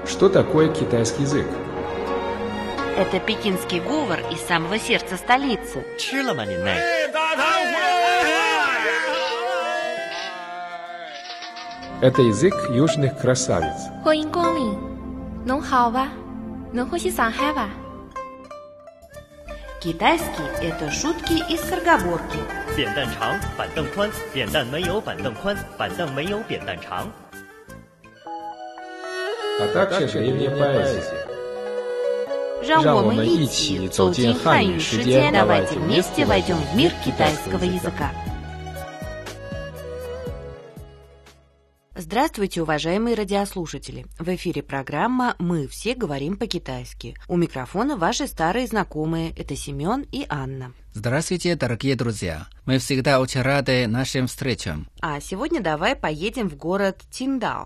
Что такое китайский язык? Это пекинский говор из самого сердца столицы. Это язык южных красавиц. Китайский – это шутки и скороговорки. 扁担长，板凳宽，扁担没有板凳宽，板凳没有扁担长。 А также древняя поэзия. 让我们一起走进汉语世界，давайте вместе войдем в мир китайского языка. Здравствуйте, уважаемые радиослушатели! В эфире программа «Мы все говорим по-китайски». У микрофона ваши старые знакомые – это Семен и Анна. Здравствуйте, дорогие друзья! Мы всегда очень рады нашим встречам. А сегодня давай поедем в город Циндао.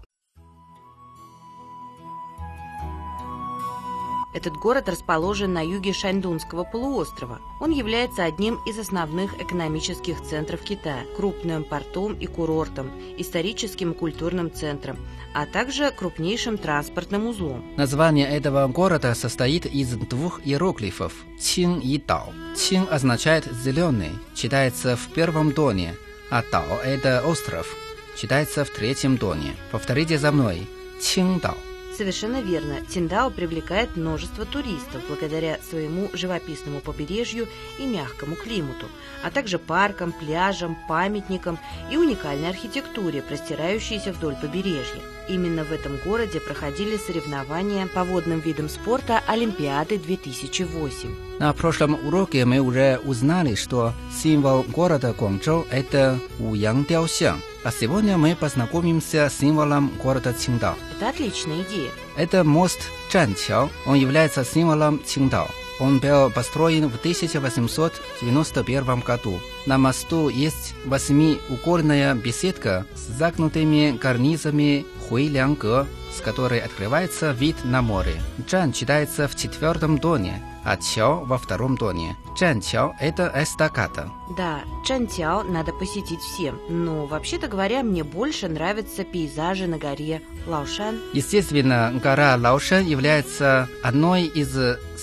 Этот город расположен на юге Шаньдунского полуострова. Он является одним из основных экономических центров Китая, крупным портом и курортом, историческим и культурным центром, а также крупнейшим транспортным узлом. Название этого города состоит из двух иероглифов – Чин и Дао. Чин означает «зеленый», читается в первом тоне, а Дао – это остров, читается в третьем тоне. Повторите за мной – Циндао. Совершенно верно. Циндао привлекает множество туристов благодаря своему живописному побережью и мягкому климату, а также паркам, пляжам, памятникам и уникальной архитектуре, простирающейся вдоль побережья. Именно в этом городе проходили соревнования по водным видам спорта Олимпиады 2008. На прошлом уроке мы уже узнали, что символ города Гуанчжоу – это Уянгдяосян. А сегодня мы познакомимся с символом города Циндао. Это отличная идея. Это мост Чжанqiao. Он является символом Циндао. Он был построен в 1891 году. На мосту есть восьмиугольная беседка с загнутыми карнизами Хуйлянге, с которой открывается вид на море. Чжан читается в четвертом тоне, а Чао во втором тоне. Чжанqiao – это эстакада. Да, Чжанqiao надо посетить всем, но, вообще-то говоря, мне больше нравятся пейзажи на горе Лаошан. Естественно, гора Лаошан является одной из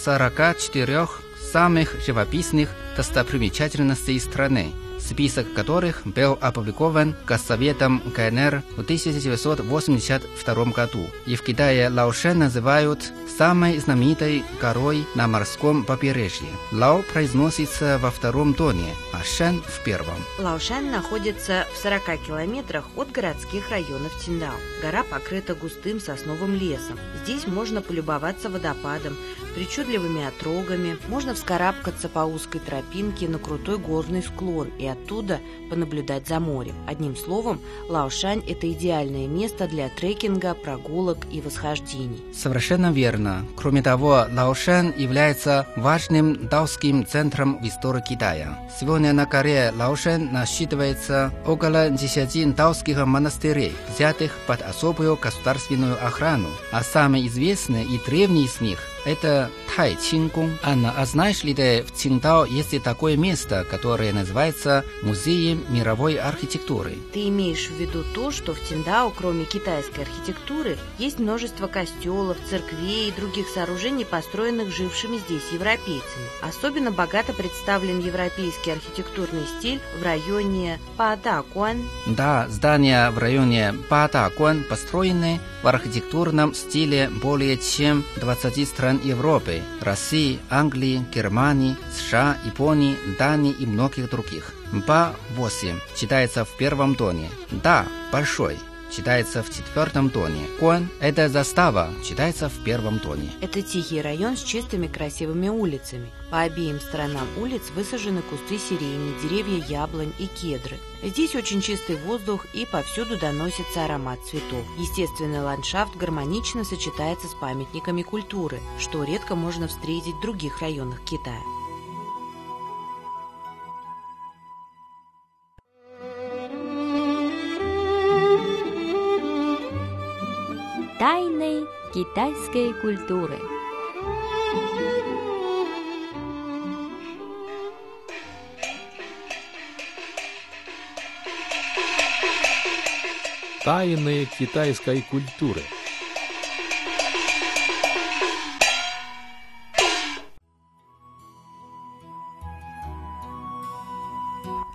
44 самых живописных достопримечательностей страны, список которых был опубликован Госсоветом КНР в 1982 году. И в Китае Лаошан называют самой знаменитой горой на морском побережье. Лао произносится во втором тоне, а Шан в первом. Лаошан находится в 40 километрах от городских районов Циндао. Гора покрыта густым сосновым лесом. Здесь можно полюбоваться водопадом, причудливыми отрогами, можно вскарабкаться по узкой тропинке на крутой горный склон и оттуда понаблюдать за морем. Одним словом, Лаошань – это идеальное место для трекинга, прогулок и восхождений. Совершенно верно. Кроме того, Лаошань является важным даосским центром в истории Китая. Сегодня на горе Лаошань насчитывается около 10 даосских монастырей, взятых под особую государственную охрану, а самый известный и древний из них – это Тайчин-гун. Анна, а знаешь ли ты, в Циндао есть такое место, которое называется Музеем мировой архитектуры? Ты имеешь в виду то, что в Циндао, кроме китайской архитектуры, есть множество костелов, церквей и других сооружений, построенных жившими здесь европейцами. Особенно богато представлен европейский архитектурный стиль в районе Падакуан. Да, здания в районе Падакуан построены в архитектурном стиле более чем 20 стран Европы, России, Англии, Германии, США, Японии, Дании и многих других. Ба-8 читается в первом тоне. Да, большой читается в четвертом тоне. Куан – это застава, читается в первом тоне. Это тихий район с чистыми красивыми улицами. По обеим сторонам улиц высажены кусты сирени, деревья яблонь и кедры. Здесь очень чистый воздух и повсюду доносится аромат цветов. Естественный ландшафт гармонично сочетается с памятниками культуры, что редко можно встретить в других районах Китая. Тайны китайской культуры. Тайны китайской культуры.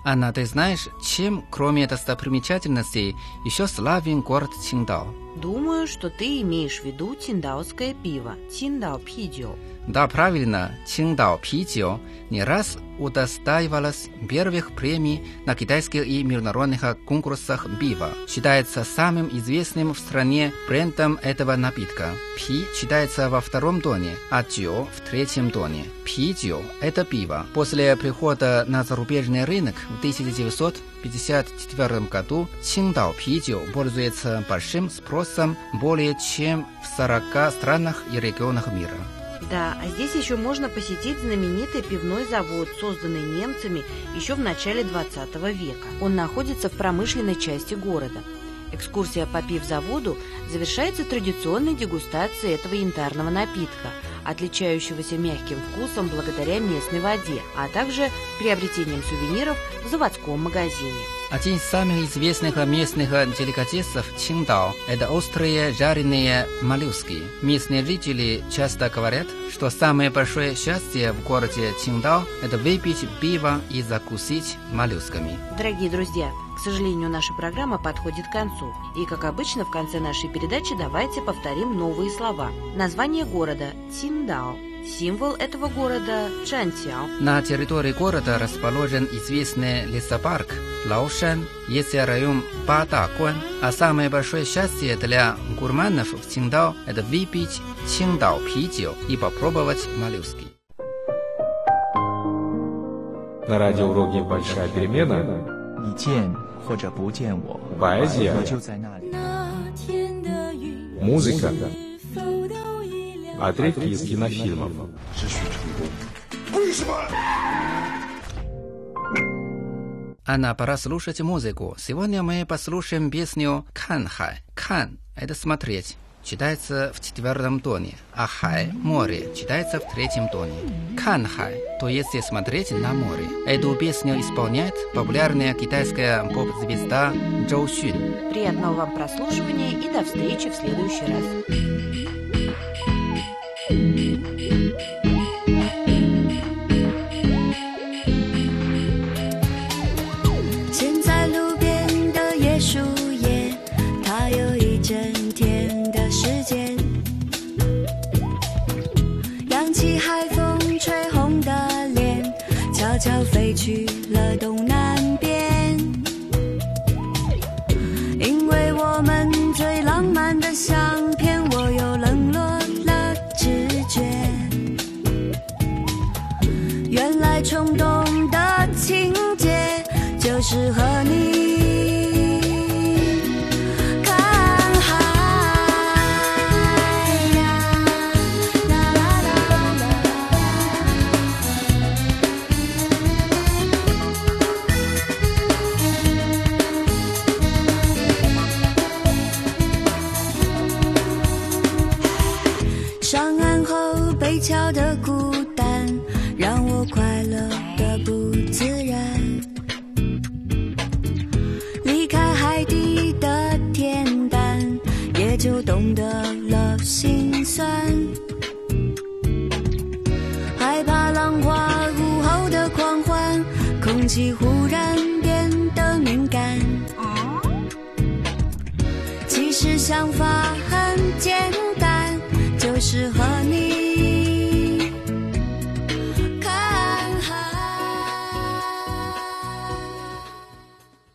Анна, ты знаешь, чем, кроме достопримечательностей, еще славен город Циндао? Думаю, что ты имеешь в виду циндаоское пиво, циндао пидио. Да, правильно, Циндао пидио не раз удостаивалась первых премий на китайских и международных конкурсах пива. Считается самым известным в стране брендом этого напитка. Пи считается во втором тоне, а джио в третьем тоне. Пидио – это пиво. После прихода на зарубежный рынок в 1954 году Циндао пидио пользуется большим спросом более чем в 40 странах и регионах мира. Да, а здесь еще можно посетить знаменитый пивной завод, созданный немцами еще в начале 20 века. Он находится в промышленной части города. Экскурсия по пивзаводу завершается традиционной дегустацией этого янтарного напитка, отличающегося мягким вкусом благодаря местной воде, а также приобретением сувениров в заводском магазине. Один из самых известных местных деликатесов Циндао – это острые жареные моллюски. Местные жители часто говорят, что самое большое счастье в городе Циндао – это выпить пиво и закусить моллюсками. Дорогие друзья, к сожалению, наша программа подходит к концу. И, как обычно, в конце нашей передачи давайте повторим новые слова. Название города – Циндао. Символ этого города – Чжанцяо. На территории города расположен известный лесопарк Лаошан, есть район Бадагуан. А самое большое счастье для гурманов в Циндао – это выпить Циндао пидио и попробовать моллюски. На радиоуроке «Большая перемена» поэзия, музыка, отрывки из кинофильмов. Анна, пора слушать музыку. Сегодня мы послушаем песню «Кан Хай». «Кан» – это «смотреть». Читается в 4 тоне, а «Хай» – «море» читается в 3 тоне. «Кан Хай» – то есть смотреть на море. Эту песню исполняет популярная китайская поп-звезда Чжоу Xun. Приятного вам прослушивания и до встречи в следующий раз. 悄飞去了东南边，因为我们最浪漫的相片，我又冷落了直觉。原来冲动的情节就是和你。 上岸后被敲的孤单，让我快乐的不自然。离开海底的恬淡，也就懂得了心酸。害怕浪花午后的狂欢，空气忽然变得敏感。其实想法很简单。 就是和你。